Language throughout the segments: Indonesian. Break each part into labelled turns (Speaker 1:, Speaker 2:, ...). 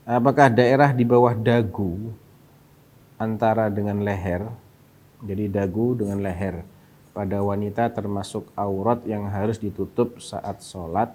Speaker 1: Apakah daerah di bawah dagu antara dengan leher, jadi dagu dengan leher pada wanita termasuk aurat yang harus ditutup saat sholat?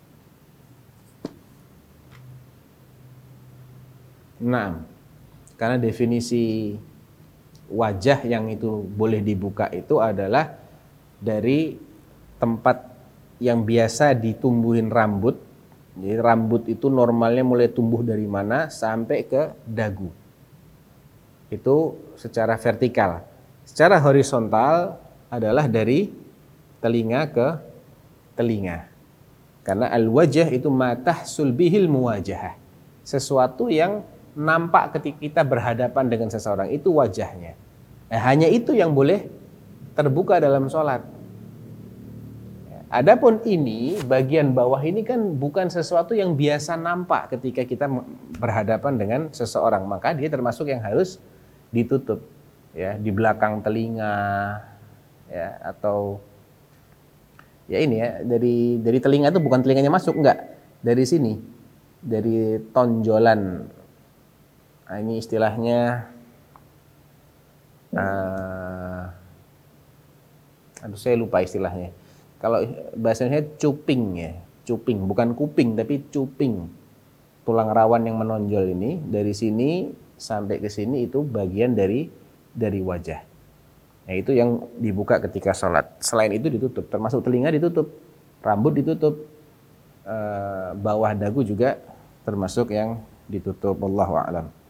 Speaker 1: Nah, karena definisi wajah yang itu boleh dibuka itu adalah dari tempat yang biasa ditumbuhin rambut. Jadi rambut itu normalnya mulai tumbuh dari mana sampai ke dagu. Itu secara vertikal. Secara horizontal adalah dari telinga ke telinga. Karena al-wajah itu matahsul bihil muwajahah. Sesuatu yang nampak ketika kita berhadapan dengan seseorang, itu wajahnya. Hanya itu yang boleh terbuka dalam sholat. Adapun ini, bagian bawah ini kan bukan sesuatu yang biasa nampak ketika kita berhadapan dengan seseorang, maka dia termasuk yang harus ditutup, ya, di belakang telinga, ya, atau ya ini ya, dari telinga itu bukan telinganya masuk, enggak, dari sini, dari tonjolan. Nah, ini istilahnya aduh saya lupa istilahnya. Kalau bahasanya cuping ya, cuping, bukan kuping tapi cuping. Tulang rawan yang menonjol ini dari sini sampai ke sini itu bagian dari wajah. Nah, itu yang dibuka ketika sholat. Selain itu ditutup, termasuk telinga ditutup, rambut ditutup, bawah dagu juga termasuk yang ditutup. Wallahu a'lam.